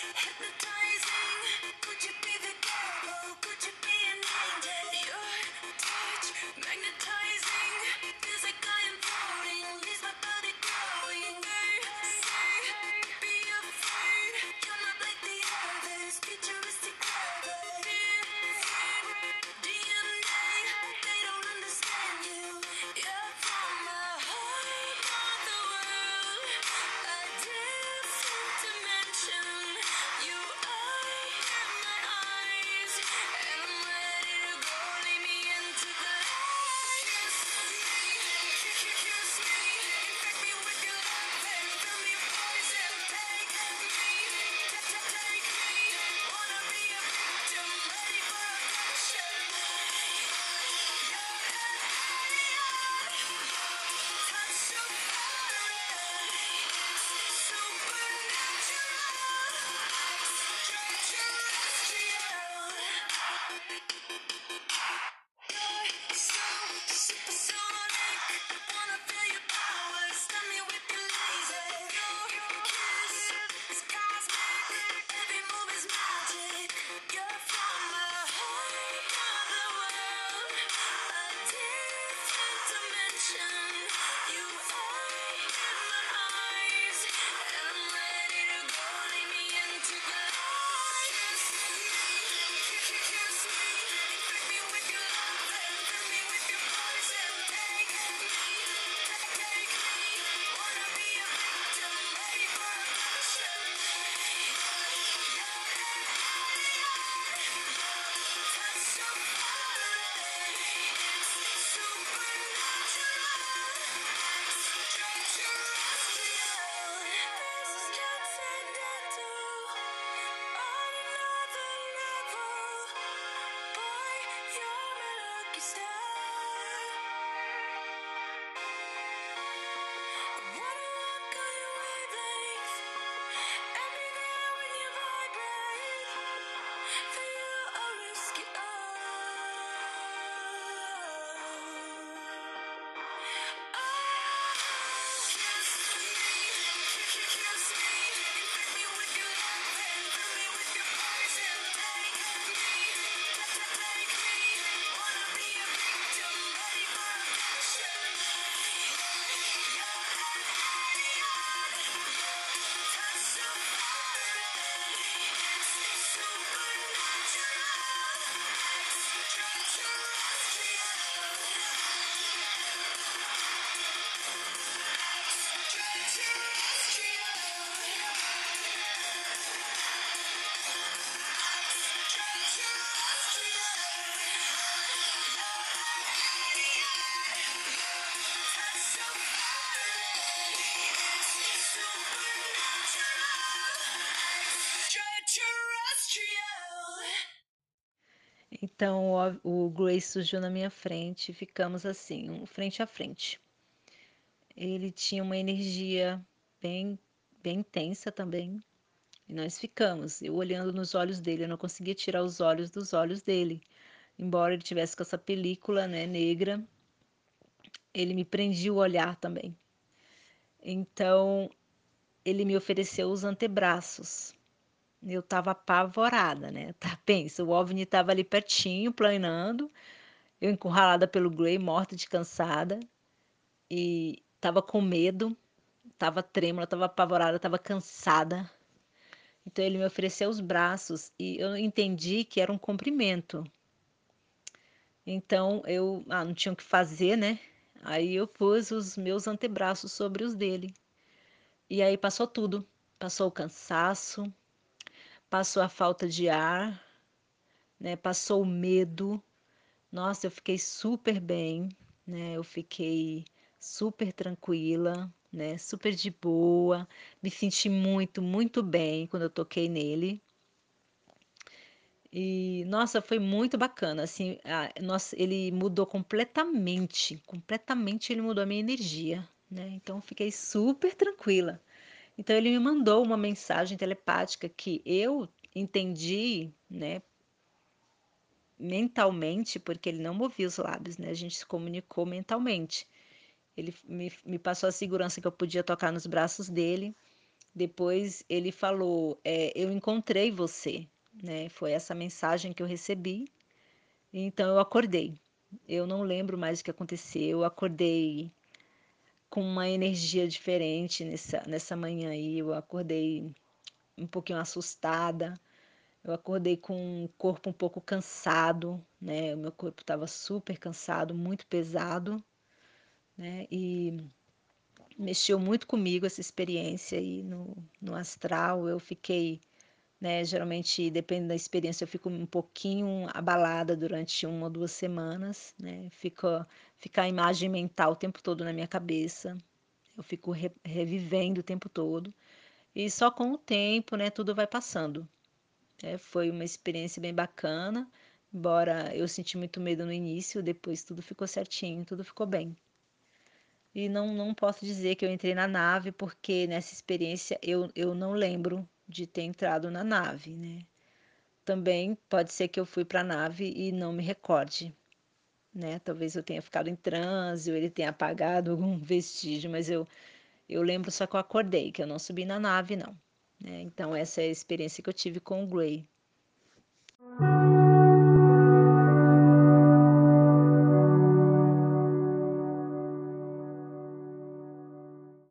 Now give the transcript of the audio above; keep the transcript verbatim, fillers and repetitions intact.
Então o, o Grace surgiu na minha frente, ficamos assim, um frente a frente. Ele tinha uma energia bem, bem intensa também, e nós ficamos. Eu olhando nos olhos dele, eu não conseguia tirar os olhos dos olhos dele. Embora ele tivesse com essa película, né, negra, ele me prendia o olhar também. Então ele me ofereceu os antebraços. Eu estava apavorada, né? Tá, pensa, o OVNI estava ali pertinho, planando, eu encurralada pelo Grey, morta de cansada, e estava com medo, estava trêmula, estava apavorada, estava cansada. Então ele me ofereceu os braços e eu entendi que era um cumprimento. Então eu ah, não tinha o que fazer, né? Aí eu pus os meus antebraços sobre os dele. E aí passou tudo. Passou o cansaço, passou a falta de ar, né? Passou o medo. Nossa, eu fiquei super bem, né? Eu fiquei super tranquila, né? Super de boa. Me senti muito, muito bem quando eu toquei nele. E, nossa, foi muito bacana, assim, a, nossa, ele mudou completamente, completamente ele mudou a minha energia, né? Então, fiquei super tranquila. Então, ele me mandou uma mensagem telepática que eu entendi, né, mentalmente, porque ele não movia os lábios, né? A gente se comunicou mentalmente. Ele me, me passou a segurança que eu podia tocar nos braços dele, Depois ele falou, eh: "Eu encontrei você", né, foi essa mensagem que eu recebi, então eu acordei. Eu não lembro mais o que aconteceu, eu acordei com uma energia diferente nessa nessa manhã aí, eu acordei um pouquinho assustada, eu acordei com o corpo um pouco cansado, né, o meu corpo estava super cansado, muito pesado, né, e mexeu muito comigo essa experiência aí no no astral, eu fiquei, né, geralmente depende da experiência, eu fico um pouquinho abalada durante uma ou duas semanas, né, fica fica a imagem mental o tempo todo na minha cabeça, eu fico re revivendo o tempo todo, e só com o tempo, né, tudo vai passando. É, foi uma experiência bem bacana, embora eu senti muito medo no início, depois tudo ficou certinho, tudo ficou bem. E não não posso dizer que eu entrei na nave, porque nessa experiência eu eu não lembro de ter entrado na nave, né. Também pode ser que eu fui para a nave e não me recorde, né, talvez eu tenha ficado em transe ou ele tenha apagado algum vestígio, mas eu eu lembro só que eu acordei, que eu não subi na nave não, né, então essa é a experiência que eu tive com o Gray.